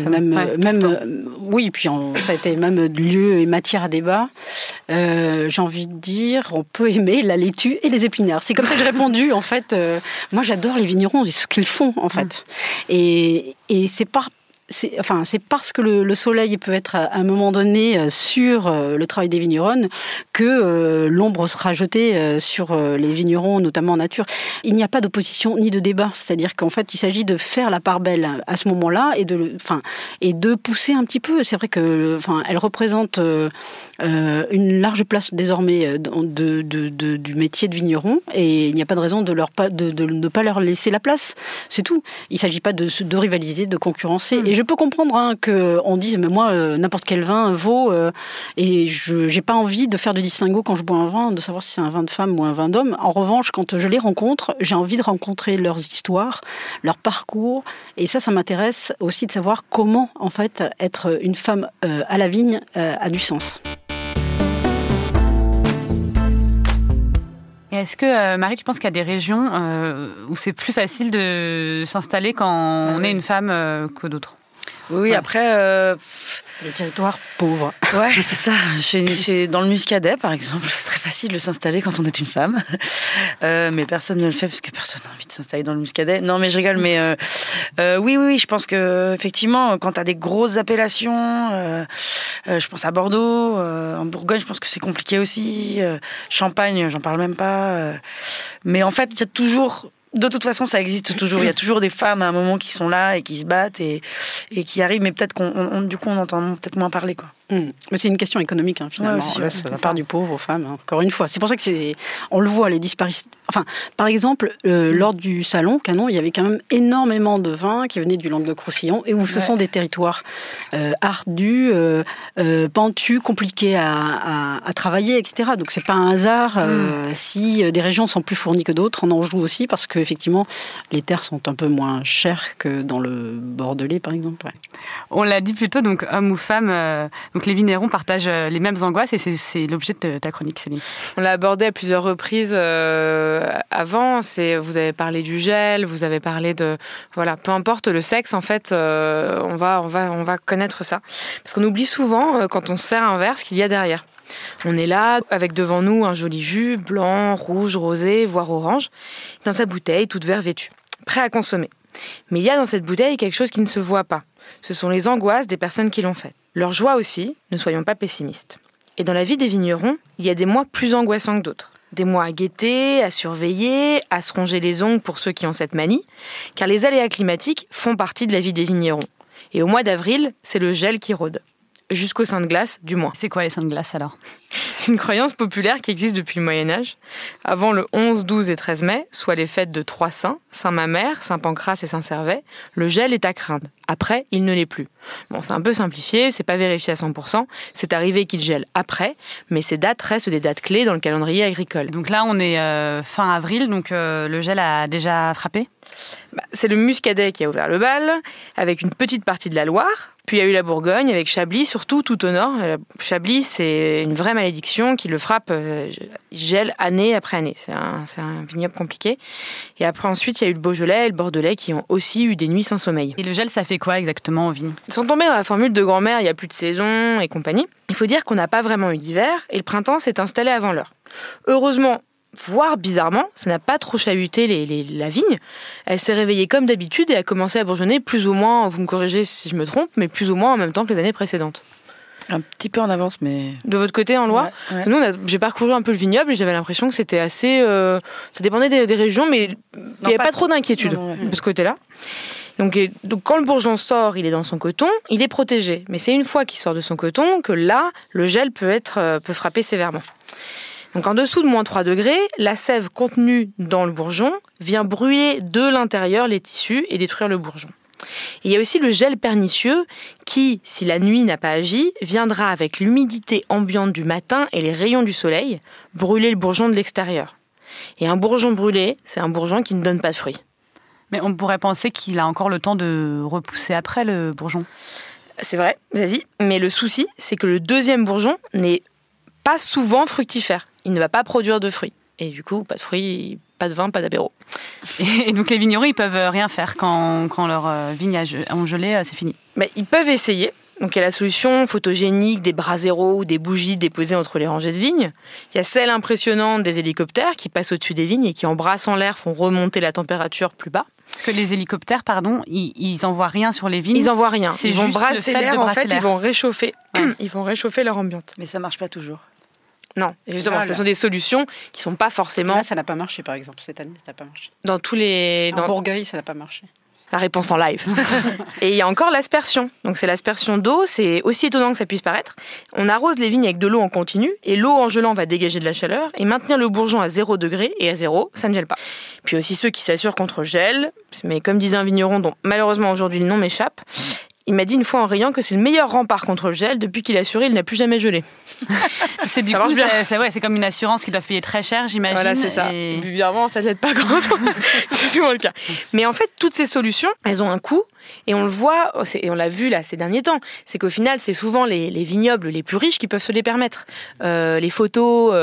oui, puis ça a été même lieu et matière à débat. J'ai envie de dire, on peut aimer la laitue et les épinards. C'est comme ça que j'ai répondu, en fait. Moi, j'adore les vignerons et ce qu'ils font, en fait. Et c'est parce que le soleil peut être à un moment donné sur le travail des vigneronnes que l'ombre sera jetée sur les vignerons, notamment en nature. Il n'y a pas d'opposition ni de débat. C'est-à-dire qu'en fait, il s'agit de faire la part belle à ce moment-là et de pousser un petit peu. C'est vrai que, elle représente une large place désormais du métier de vigneron, et il n'y a pas de raison de ne pas leur laisser la place. C'est tout. Il ne s'agit pas de rivaliser, de concurrencer. Et je peux comprendre qu'on dise, mais moi, n'importe quel vin vaut, et je n'ai pas envie de faire de distinguo quand je bois un vin, de savoir si c'est un vin de femme ou un vin d'homme. En revanche, quand je les rencontre, j'ai envie de rencontrer leurs histoires, leur parcours, et ça m'intéresse aussi de savoir comment, en fait, être une femme à la vigne a du sens. Et est-ce que, Marie, tu penses qu'il y a des régions où c'est plus facile de s'installer quand on est une femme que d'autres? Oui, après... Les territoires pauvres. Ouais, c'est ça. Dans le Muscadet, par exemple, c'est très facile de s'installer quand on est une femme. Mais personne ne le fait parce que personne n'a envie de s'installer dans le Muscadet. Non, mais je rigole. Mais oui, je pense que effectivement, quand tu as des grosses appellations, je pense à Bordeaux, en Bourgogne, je pense que c'est compliqué aussi. Champagne, j'en parle même pas. Mais en fait, il y a toujours... De toute façon, ça existe toujours. Il y a toujours des femmes à un moment qui sont là et qui se battent et qui arrivent. Mais peut-être du coup, on entend peut-être moins parler, quoi. Mais c'est une question économique, finalement. Ouais, aussi, la part du pauvre aux femmes, encore une fois. C'est pour ça que on le voit, les disparités. Enfin, par exemple, lors du salon Canon, il y avait quand même énormément de vins qui venaient du Languedoc-Roussillon et où ce sont des territoires ardus, pentus, compliqués à travailler, etc. Donc c'est pas un hasard si des régions sont plus fournies que d'autres. On en joue aussi parce que effectivement, les terres sont un peu moins chères que dans le Bordelais, par exemple. Ouais. On l'a dit plutôt, donc homme ou femme. Donc Donc les vignerons partagent les mêmes angoisses et c'est l'objet de ta chronique, Céline. On l'a abordé à plusieurs reprises avant. Vous avez parlé du gel, vous avez parlé de... Voilà, peu importe le sexe, en fait, on va connaître ça. Parce qu'on oublie souvent, quand on sert un verre, ce qu'il y a derrière. On est là, avec devant nous un joli jus, blanc, rouge, rosé, voire orange, dans sa bouteille, toute vert vêtue, prêt à consommer. Mais il y a dans cette bouteille quelque chose qui ne se voit pas. Ce sont les angoisses des personnes qui l'ont fait. Leur joie aussi, ne soyons pas pessimistes. Et dans la vie des vignerons, il y a des mois plus angoissants que d'autres. Des mois à guetter, à surveiller, à se ronger les ongles pour ceux qui ont cette manie, car les aléas climatiques font partie de la vie des vignerons. Et au mois d'avril, c'est le gel qui rôde. Jusqu'au saint de glace, du moins. C'est quoi les saints de glace alors ? C'est une croyance populaire qui existe depuis le Moyen-Âge. Avant le 11, 12 et 13 mai, soit les fêtes de trois saints, Saint-Mamère, Saint-Pancrace et Saint-Servais, le gel est à craindre. Après, il ne l'est plus. Bon, c'est un peu simplifié, c'est pas vérifié à 100%. C'est arrivé qu'il gèle après, mais ces dates restent des dates clés dans le calendrier agricole. Donc là, on est fin avril, donc le gel a déjà frappé ? C'est le Muscadet qui a ouvert le bal, avec une petite partie de la Loire. Puis il y a eu la Bourgogne, avec Chablis, surtout tout au nord. Chablis, c'est une vraie malédiction qui le frappe, gèle année après année. C'est un vignoble compliqué. Et après, ensuite, il y a eu le Beaujolais et le Bordelais qui ont aussi eu des nuits sans sommeil. Et le gel, ça fait quoi exactement aux vignes ? Sans tomber dans la formule de grand-mère, il n'y a plus de saison et compagnie. Il faut dire qu'on n'a pas vraiment eu d'hiver et le printemps s'est installé avant l'heure. Heureusement, voire bizarrement, ça n'a pas trop chahuté la vigne. Elle s'est réveillée comme d'habitude et a commencé à bourgeonner plus ou moins, vous me corrigez si je me trompe, mais plus ou moins en même temps que les années précédentes. Un petit peu en avance, mais... De votre côté, en Loire, ouais. Nous, j'ai parcouru un peu le vignoble et j'avais l'impression que c'était assez... ça dépendait des régions, mais il n'y avait pas trop d'inquiétude de ce côté-là. Donc, quand le bourgeon sort, il est dans son coton, il est protégé. Mais c'est une fois qu'il sort de son coton que là, le gel peut frapper sévèrement. Donc en dessous de moins 3 degrés, la sève contenue dans le bourgeon vient brûler de l'intérieur les tissus et détruire le bourgeon. Et il y a aussi le gel pernicieux qui, si la nuit n'a pas agi, viendra avec l'humidité ambiante du matin et les rayons du soleil brûler le bourgeon de l'extérieur. Et un bourgeon brûlé, c'est un bourgeon qui ne donne pas de fruits. Mais on pourrait penser qu'il a encore le temps de repousser après le bourgeon. C'est vrai, vas-y. Mais le souci, c'est que le deuxième bourgeon n'est pas souvent fructifère. Il ne va pas produire de fruits. Et du coup, pas de fruits, pas de vin, pas d'apéro. Et donc les vignerons, ils peuvent rien faire quand leur vigne ont gelé, c'est fini. Ils peuvent essayer. Donc il y a la solution photogénique des braseros ou des bougies déposées entre les rangées de vignes. Il y a celle impressionnante des hélicoptères qui passent au-dessus des vignes et qui, en brassant l'air, font remonter la température plus bas. Parce que les hélicoptères, ils envoient rien sur les vignes. Ils envoient rien. C'est ils vont juste brasser l'air, en fait, ils vont réchauffer. Ouais. Ils vont réchauffer leur ambiance. Mais ça marche pas toujours. Non, justement, ce sont des solutions qui sont pas forcément... Là, ça n'a pas marché, par exemple, cette année, ça n'a pas marché. Dans tous les... En Bourgueil, ça n'a pas marché. La réponse en live. Et il y a encore l'aspersion. Donc c'est l'aspersion d'eau, c'est aussi étonnant que ça puisse paraître. On arrose les vignes avec de l'eau en continu, et l'eau en gelant va dégager de la chaleur et maintenir le bourgeon à 0 degré, et à 0, ça ne gèle pas. Puis aussi ceux qui s'assurent contre le gel, mais comme disait un vigneron dont malheureusement aujourd'hui le nom m'échappe, il m'a dit une fois en riant que c'est le meilleur rempart contre le gel. Depuis qu'il a assuré, il n'a plus jamais gelé. C'est du coup, c'est comme une assurance qu'ils doivent payer très cher, j'imagine. Voilà, c'est ça. Et bizarrement, ça n'aide pas grand chose. C'est souvent le cas. Mais en fait, toutes ces solutions, elles ont un coût. Et on le voit, et on l'a vu là ces derniers temps, c'est qu'au final, c'est souvent les vignobles les plus riches qui peuvent se les permettre. Les photos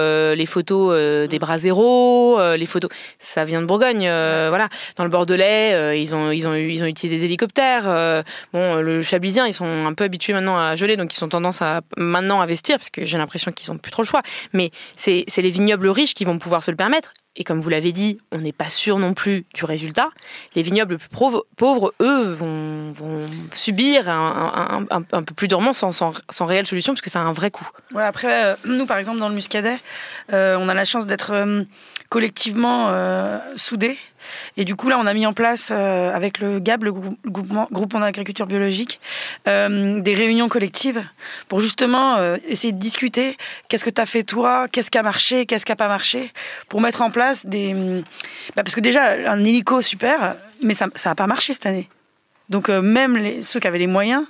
des braseros, les photos, ça vient de Bourgogne, voilà. Dans le Bordelais, ils ont utilisé des hélicoptères. Le Chablisien, ils sont un peu habitués maintenant à geler, donc ils ont tendance à maintenant investir, parce que j'ai l'impression qu'ils n'ont plus trop le choix. Mais c'est les vignobles riches qui vont pouvoir se le permettre. Et comme vous l'avez dit, on n'est pas sûr non plus du résultat. Les vignobles plus pauvres, eux, vont subir un peu plus durement sans réelle solution, parce que ça a un vrai coût. Ouais, après, nous, par exemple, dans le Muscadet, on a la chance d'être collectivement soudés. Et du coup, là, on a mis en place, avec le GAB, le groupement d'agriculture biologique, des réunions collectives pour justement essayer de discuter qu'est-ce que tu as fait toi, qu'est-ce qui a marché, qu'est-ce qui n'a pas marché, pour mettre en place des... parce que déjà, un hélico, super, mais ça n'a pas marché cette année. Donc même ceux qui avaient les moyens,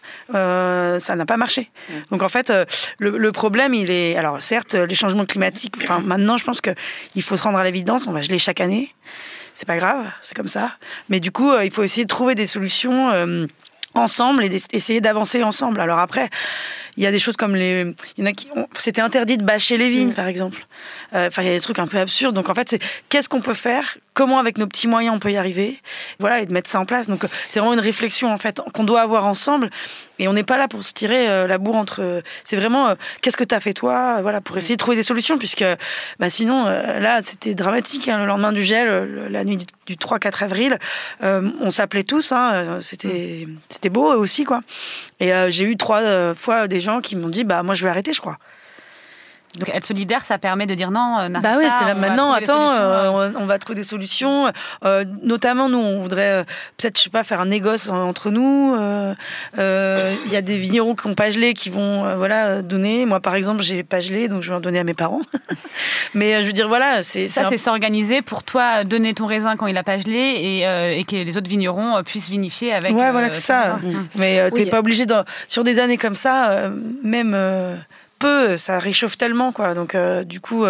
ça n'a pas marché. Donc en fait, le problème, il est... Alors certes, les changements climatiques, maintenant je pense qu'il faut se rendre à l'évidence, on va geler chaque année. C'est pas grave, c'est comme ça. Mais du coup, il faut essayer de trouver des solutions ensemble et essayer d'avancer ensemble. Alors après, il y a des choses comme c'était interdit de bâcher les vignes, par exemple. Enfin, il y a des trucs un peu absurdes. Donc, en fait, c'est qu'est-ce qu'on peut faire, comment, avec nos petits moyens, on peut y arriver, voilà, et de mettre ça en place. Donc, c'est vraiment une réflexion, en fait, qu'on doit avoir ensemble. Et on n'est pas là pour se tirer la bourre entre... c'est vraiment, qu'est-ce que t'as fait, toi, voilà, pour essayer de trouver des solutions, puisque sinon, là, c'était dramatique. Le lendemain du gel, la nuit du 3-4 avril, on s'appelait tous. C'était beau aussi, quoi. Et j'ai eu 3 fois des gens qui m'ont dit, moi, je vais arrêter, je crois. Donc être solidaire, ça permet de dire non, n'arrête oui, pas, c'était là maintenant, on va trouver des solutions. Notamment, nous, on voudrait peut-être, je sais pas, faire un négoce entre nous. Il y a des vignerons qui ont pas gelé qui vont donner. Moi, par exemple, j'ai pas gelé, donc je vais en donner à mes parents. Mais je veux dire, voilà, c'est s'organiser pour toi, donner ton raisin quand il a pas gelé et que les autres vignerons puissent vinifier avec. Ouais, voilà, c'est ça. Mais t'es pas obligé sur des années comme ça, même. Peu, ça réchauffe tellement, quoi. Donc, du coup,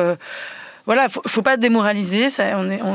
faut pas démoraliser. C'est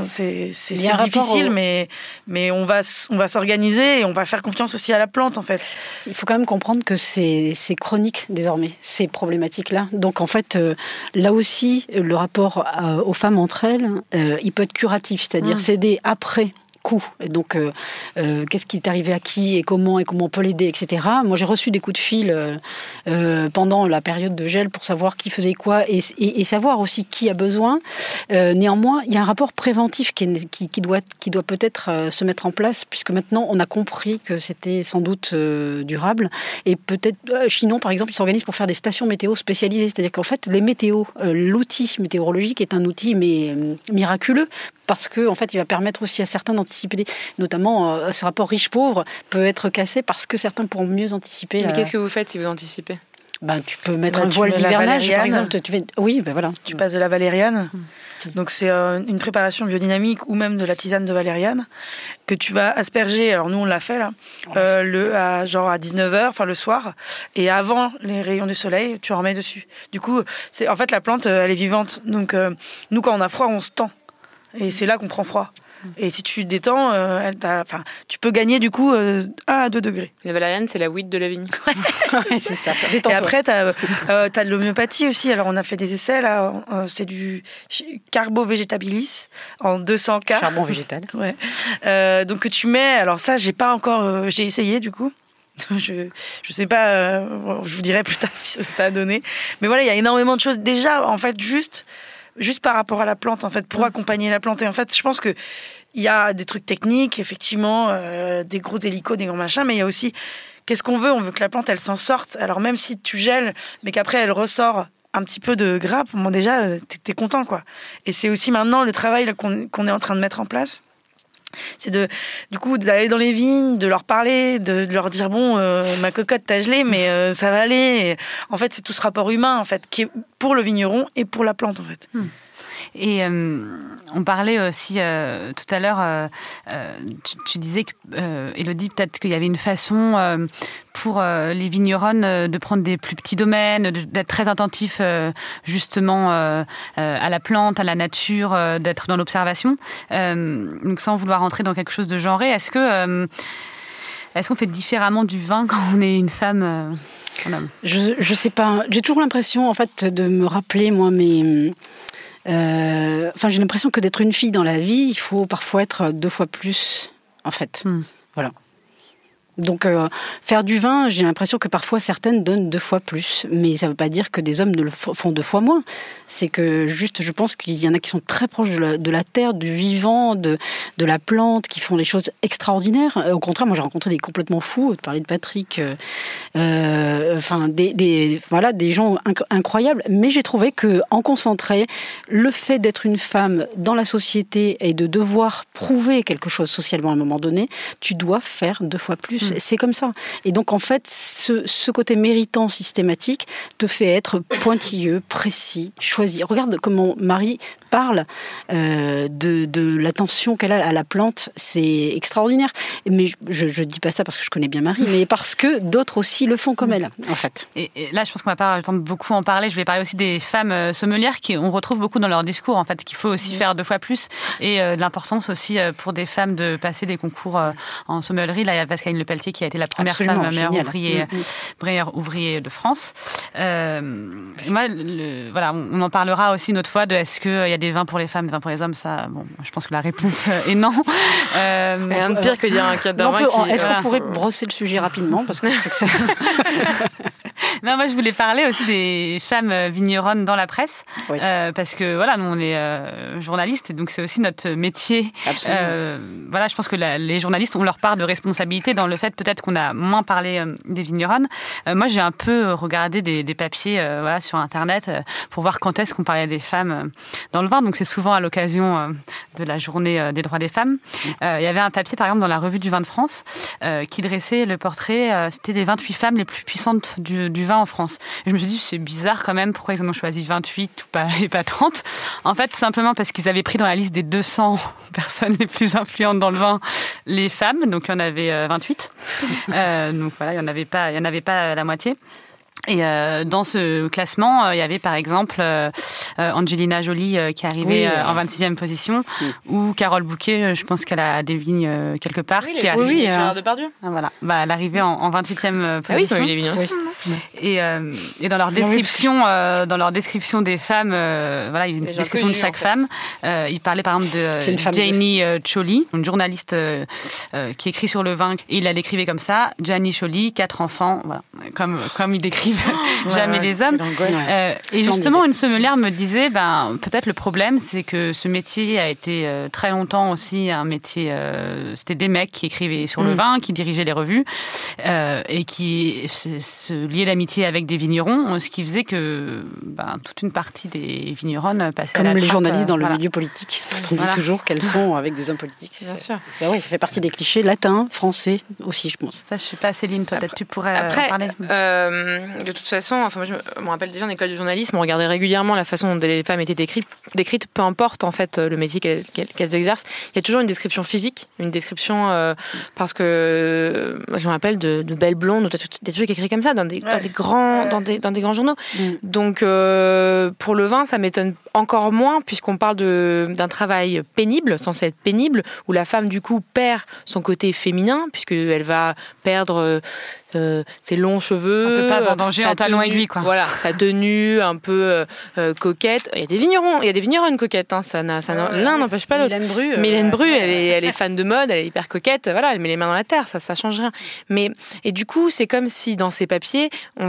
difficile, mais on va s'organiser et on va faire confiance aussi à la plante, en fait. Il faut quand même comprendre que c'est chronique désormais, ces problématiques-là. Donc, en fait, là aussi, le rapport aux femmes entre elles, il peut être curatif, c'est-à-dire s'aider après coup. Et donc, qu'est-ce qui est arrivé à qui et comment on peut l'aider, etc. Moi, j'ai reçu des coups de fil pendant la période de gel pour savoir qui faisait quoi et savoir aussi qui a besoin. Néanmoins, il y a un rapport préventif qui doit peut-être se mettre en place, puisque maintenant, on a compris que c'était sans doute durable. Et peut-être, Chinon, par exemple, il s'organise pour faire des stations météo spécialisées. C'est-à-dire qu'en fait, l'outil météorologique est un outil miraculeux, parce que en fait, il va permettre aussi à certains d'anticiper, notamment ce rapport riche-pauvre peut être cassé parce que certains pourront mieux anticiper. Mais qu'est-ce que vous faites si vous anticipez ? Tu peux mettre un voile d'hivernage, par exemple. Tu passes de la valériane. Donc c'est une préparation biodynamique ou même de la tisane de valériane que tu vas asperger. Alors nous on l'a fait là, à 19h, enfin le soir, et avant les rayons du soleil, tu en remets dessus. Du coup, en fait la plante elle est vivante. Donc nous quand on a froid, on se tend. Et c'est là qu'on prend froid. Et si tu détends, tu peux gagner du coup 1 à 2 degrés. La valériane, c'est la weed de la vigne. Ouais, c'est ça. Et après, tu as de l'homéopathie aussi. Alors, on a fait des essais, là. C'est du Carbo Vegetabilis en 200 K. Charbon végétal. Ouais. Donc, que tu mets... Alors ça, j'ai pas encore... j'ai essayé, du coup. Je sais pas... je vous dirai plus tard si ça a donné. Mais voilà, il y a énormément de choses. Déjà, en fait, juste par rapport à la plante, en fait, pour accompagner la plante. Et en fait, je pense que il y a des trucs techniques, effectivement, des gros hélicos, des grands machins, mais il y a aussi, qu'est-ce qu'on veut ? On veut que la plante, elle s'en sorte. Alors même si tu gèles, mais qu'après, elle ressort un petit peu de grappe, bon, déjà, t'es content, quoi. Et c'est aussi maintenant le travail là, qu'on est en train de mettre en place. C'est du coup d'aller dans les vignes, de leur parler, de leur dire bon, ma cocotte t'as gelé, mais ça va aller. Et en fait, c'est tout ce rapport humain en fait qui est pour le vigneron et pour la plante en fait. Et on parlait aussi tout à l'heure, tu disais que Élodie, peut-être qu'il y avait une façon pour les vigneronnes de prendre des plus petits domaines, d'être très attentifs justement à la plante, à la nature, d'être dans l'observation. Donc sans vouloir rentrer dans quelque chose de genré, est-ce qu'on fait différemment du vin quand on est une femme Je sais pas. J'ai toujours l'impression en fait de me rappeler moi j'ai l'impression que d'être une fille dans la vie, il faut parfois être 2 fois plus, en fait. Voilà. Donc, faire du vin, j'ai l'impression que parfois certaines donnent 2 fois plus. Mais ça ne veut pas dire que des hommes ne le font 2 fois moins. C'est que juste, je pense qu'il y en a qui sont très proches de la terre, du vivant, de la plante, qui font des choses extraordinaires. Au contraire, moi j'ai rencontré des complètement fous, de parler de Patrick, des gens incroyables. Mais j'ai trouvé qu'en concentré, le fait d'être une femme dans la société et de devoir prouver quelque chose socialement à un moment donné, tu dois faire 2 fois plus. C'est comme ça. Et donc, en fait, ce côté méritant systématique te fait être pointilleux, précis, choisi. Regarde comment Marie parle de l'attention qu'elle a à la plante. C'est extraordinaire. Mais je dis pas ça parce que je connais bien Marie, mais parce que d'autres aussi le font comme elle, en fait. Et là, je pense qu'on va pas attendre beaucoup en parler. Je vais parler aussi des femmes sommelières on retrouve beaucoup dans leur discours, en fait, qu'il faut aussi faire 2 fois plus. Et de l'importance aussi pour des femmes de passer des concours en sommellerie. Là, il y a Pascaline Le Pelletier, qui a été la première Absolument, femme meilleure ouvrier de France. Moi, on en parlera aussi une autre fois de est-ce qu'il y a des vins pour les femmes, des vins pour les hommes. Ça, bon, je pense que la réponse est non. Rien de pire que dire un cadre d'un vin. Est-ce qu'on pourrait brosser le sujet rapidement parce que je trouve que Non, moi je voulais parler aussi des femmes vigneronnes dans la presse, oui. Parce que voilà, nous on est journalistes, et donc c'est aussi notre métier. Voilà, je pense que les journalistes ont leur part de responsabilité dans le fait peut-être qu'on a moins parlé des vigneronnes. Moi j'ai un peu regardé des papiers sur Internet pour voir quand est-ce qu'on parlait des femmes dans le vin, donc c'est souvent à l'occasion de la journée des droits des femmes. Il y avait un papier par exemple dans la revue du vin de France qui dressait le portrait, c'était les 28 femmes les plus puissantes du vin en France. Et je me suis dit, c'est bizarre quand même, pourquoi ils en ont choisi 28 et pas 30 ? En fait, tout simplement parce qu'ils avaient pris dans la liste des 200 personnes les plus influentes dans le vin les femmes, donc il y en avait 28. Donc voilà, il n'y en avait pas la moitié. Et dans ce classement, il y avait par exemple Angelina Jolie qui est arrivée en 26e position, ou Carole Bouquet, je pense qu'elle a des vignes quelque part. Oui, Gérard Depardieu. Voilà, elle arrivait en 28e position. Oui, il est vignes aussi. Et dans leur description, des femmes, ils faisaient une description de chaque femme. Ils parlaient par exemple de Janie Cholly, une journaliste qui écrit sur le vin, et il la décrivait comme ça: Janie Cholly, 4 enfants, voilà, comme il décrit jamais les hommes. Et justement, une sommelière me disait, peut-être le problème, c'est que ce métier a été très longtemps aussi un métier, c'était des mecs qui écrivaient sur le vin, qui dirigeaient les revues, et qui se liaient d'amitié avec des vignerons, ce qui faisait que toute une partie des vigneronnes passaient à la trappe. Comme les journalistes dans le milieu politique. On dit toujours qu'elles sont avec des hommes politiques. Bien sûr. Oui, ça fait partie des clichés latins, français aussi, je pense. Ça, je sais pas, Céline, toi, peut-être tu pourrais parler. De toute façon, moi je me rappelle déjà en école de journalisme, on regardait régulièrement la façon dont les femmes étaient décrites, peu importe en fait le métier qu'elles exercent. Il y a toujours une description physique, une description parce que je me rappelle de belles blondes, des trucs écrits comme ça dans des grands journaux. Donc pour le vin, ça m'étonne encore moins puisqu'on parle d'un travail pénible, censé être pénible, où la femme du coup perd son côté féminin puisqu'elle va perdre ses longs cheveux, on peut pas vendanger en talons aiguilles, quoi. Voilà, sa tenue un peu coquette. Il y a des vigneronnes coquettes, hein, l'un n'empêche pas l'autre. Mylène Bru, elle est fan de mode, elle est hyper coquette, voilà, elle met les mains dans la terre, ça change rien. Et du coup, c'est comme si dans ces papiers, on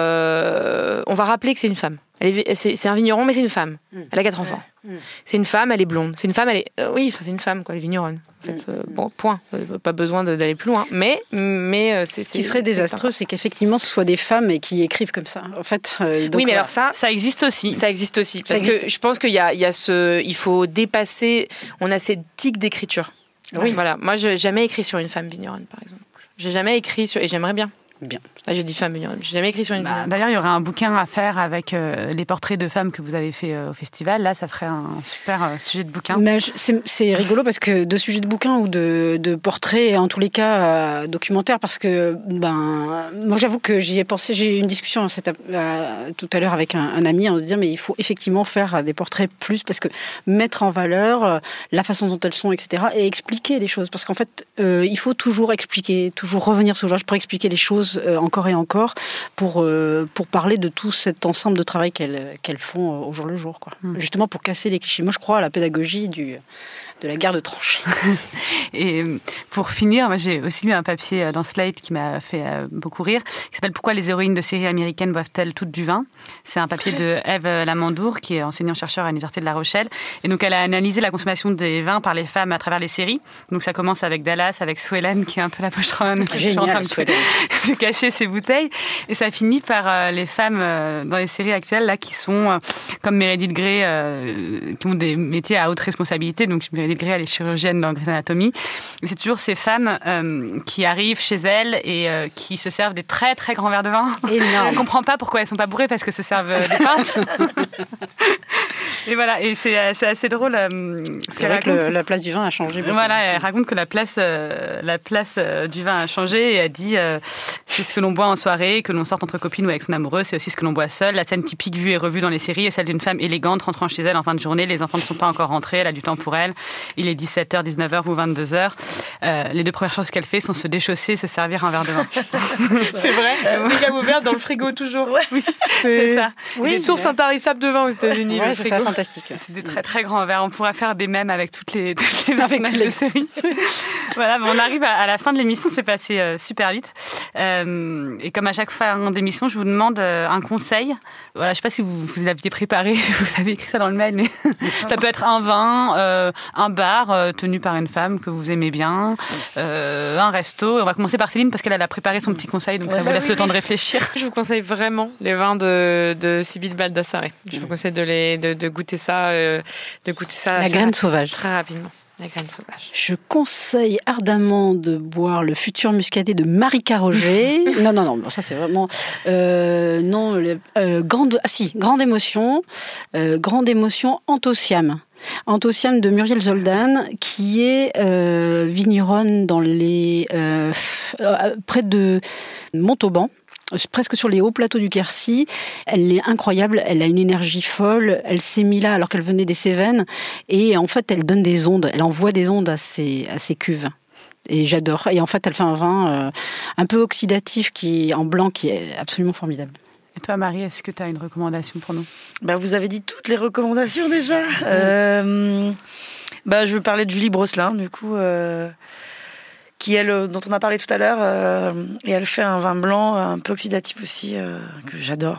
va rappeler que c'est une femme. C'est un vigneron, mais c'est une femme. Elle a 4 enfants. C'est une femme, elle est blonde. C'est une femme, c'est une femme, quoi, elle est vigneronne. En fait, point. Pas besoin d'aller plus loin. Mais ce qui serait désastreux, c'est qu'effectivement, ce soit des femmes et qui écrivent comme ça. En fait. Oui, mais alors ça existe aussi. Ça existe aussi. Parce que je pense il faut dépasser. On a ces tics d'écriture. Oui. Voilà. Moi, je n'ai jamais écrit sur une femme vigneronne, par exemple. J'ai jamais écrit et j'aimerais bien. Bien. Là, je dis femme vigneronne. J'ai jamais écrit sur une vigneronne. D'ailleurs, il y aurait un bouquin à faire avec les portraits de femmes que vous avez fait au festival. Là, ça ferait un super sujet de bouquin. Mais c'est rigolo parce que de sujets de bouquin ou de portraits, en tous les cas documentaires, parce que moi, j'avoue que j'y ai pensé. J'ai eu une discussion tout à l'heure avec un ami en se disant mais il faut effectivement faire des portraits plus parce que mettre en valeur la façon dont elles sont, etc. et expliquer les choses parce qu'en fait, il faut toujours expliquer, toujours revenir sur l'âge pour expliquer les choses encore et encore pour parler de tout cet ensemble de travail qu'elles font au jour le jour, quoi. Justement pour casser les clichés. Moi je crois à la pédagogie de la guerre de tranchées. Et pour finir, moi j'ai aussi lu un papier dans Slate qui m'a fait beaucoup rire, qui s'appelle « Pourquoi les héroïnes de séries américaines boivent-elles toutes du vin ?» C'est un papier de Ève Lamandour, qui est enseignant-chercheur à l'Université de La Rochelle. Et donc elle a analysé la consommation des vins par les femmes à travers les séries. Donc ça commence avec Dallas, avec Sue Ellen, qui est un peu la pochetronne, qui est en train de cacher ses bouteilles. Et ça finit par les femmes dans les séries actuelles là, qui sont comme Meredith Grey, qui ont des métiers à haute responsabilité. Donc Meredith Grey, elle est chirurgienne dans Grey's Anatomy. Et c'est toujours ces femmes qui arrivent chez elles et qui se servent des très très grands verres de vin. Énorme. On ne comprend pas pourquoi elles ne sont pas bourrées parce qu'elles se servent des pintes. Et voilà, et c'est assez drôle. C'est vrai que la place du vin a changé beaucoup. Voilà, elle raconte que la place du vin a changé et elle dit C'est ce que l'on boit en soirée, que l'on sort entre copines ou avec son amoureux. C'est aussi ce que l'on boit seul. La scène typique vue et revue dans les séries est celle d'une femme élégante rentrant chez elle en fin de journée. Les enfants ne sont pas encore rentrés. Elle a du temps pour elle. Il est 17h, 19h ou 22h. Les 2 premières choses qu'elle fait sont se déchausser et se servir un verre de vin. C'est vrai. Les gammes ouvertes dans le frigo toujours. Ouais, oui, c'est ça. Oui, une source intarissable de vin aux États-Unis. Ouais, le c'est frigo. ça, fantastique. C'est des très très grands verres. On pourra faire des mèmes avec toutes les personnages de séries. Voilà, on arrive à la fin de l'émission. C'est passé super vite. Et comme à chaque fin d'émission, je vous demande un conseil. Voilà, je ne sais pas si vous l'aviez préparé, vous avez écrit ça dans le mail, mais ça peut être un vin, un bar tenu par une femme que vous aimez bien, un resto. On va commencer par Céline parce qu'elle a préparé son petit conseil, donc ça vous laisse le temps de réfléchir. Je vous conseille vraiment les vins de Sybille Baldassare. Je vous conseille de goûter ça, La graine sauvage. Très rapidement. La graine sauvage. Je conseille ardemment de boire le futur muscadet de Marie Carogé. non, ça c'est vraiment grande émotion, Anthocyam. Anthocyam de Muriel Zoldan, qui est vigneronne dans près de Montauban, presque sur les hauts plateaux du Quercy. Elle est incroyable, elle a une énergie folle, elle s'est mise là alors qu'elle venait des Cévennes, et en fait elle donne des ondes, elle envoie des ondes à ses cuves. Et j'adore. Et en fait elle fait un vin un peu oxydatif en blanc qui est absolument formidable. Et toi, Marie, est-ce que tu as une recommandation pour nous ? Vous avez dit toutes les recommandations déjà. Je veux parler de Julie Brosselin, du coup, dont on a parlé tout à l'heure. Et elle fait un vin blanc un peu oxydatif aussi, que j'adore.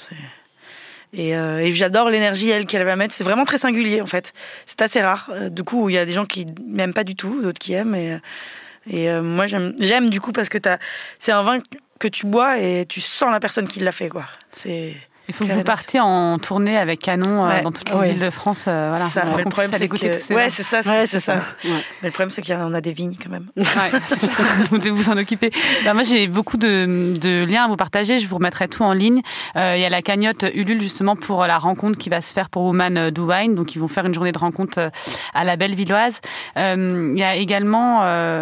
Et j'adore l'énergie, qu'elle va mettre. C'est vraiment très singulier, en fait. C'est assez rare. Du coup, il y a des gens qui n'aiment pas du tout, d'autres qui aiment. Et moi, j'aime du coup, parce que c'est un vin que tu bois et tu sens la personne qui l'a fait, quoi. Il faut que vous partiez en tournée avec Canon dans toutes les villes de France. Voilà. Ça, mais le problème, c'est goûter tous ces ouais, vins. c'est ça. Ouais. Mais le problème, c'est qu'on a des vignes quand même. Ouais, c'est ça. Vous devez vous en occuper. Moi, j'ai beaucoup de liens à vous partager. Je vous remettrai tout en ligne. Il y a la cagnotte Ulule, justement, pour la rencontre qui va se faire pour Women Do Wine. Donc, ils vont faire une journée de rencontre à la Bellevilloise. Il y a également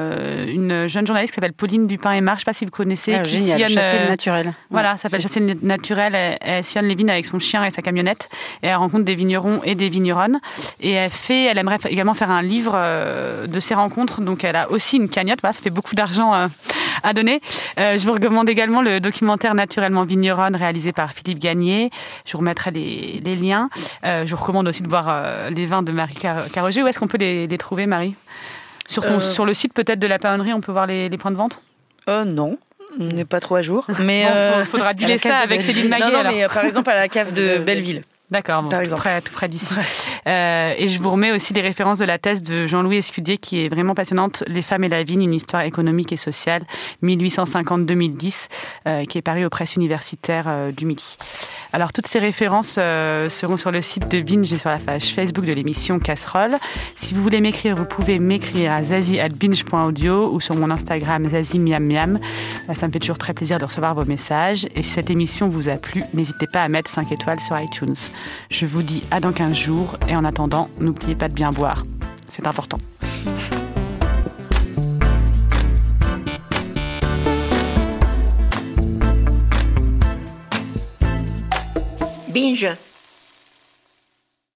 une jeune journaliste qui s'appelle Pauline Dupin-Aymar. Je ne sais pas si vous connaissez. Qui génial, Chasser le naturel. Voilà, ça s'appelle Chasser le naturel. Elle sillonne les vignes avec son chien et sa camionnette, et elle rencontre des vignerons et des vigneronnes, et elle aimerait également faire un livre de ses rencontres, donc elle a aussi une cagnotte. Voilà, ça fait beaucoup d'argent à donner. Je vous recommande également le documentaire Naturellement vigneronne, réalisé par Philippe Gagné. Je vous remettrai les liens. Je vous recommande aussi de boire les vins de Marie Carogé. Où est-ce qu'on peut les trouver, Marie ? Sur le site peut-être de la paonnerie, on peut voir les points de vente ? Non. On n'est pas trop à jour. Mais faudra dealer ça avec Céline Maguet. Non, mais par exemple à la cave de Belleville. D'accord, tout près d'ici. Et je vous remets aussi des références de la thèse de Jean-Louis Escudier qui est vraiment passionnante, Les femmes et la vigne, une histoire économique et sociale, 1850-2010, qui est parue aux presses universitaires du Midi. Alors, toutes ces références seront sur le site de Binge et sur la page Facebook de l'émission Casserole. Si vous voulez m'écrire, vous pouvez m'écrire à zazie@binge.audio ou sur mon Instagram zazimiamiam. Ça me fait toujours très plaisir de recevoir vos messages. Et si cette émission vous a plu, n'hésitez pas à mettre 5 étoiles sur iTunes. Je vous dis à dans 15 jours. Et en attendant, n'oubliez pas de bien boire. C'est important. Binge.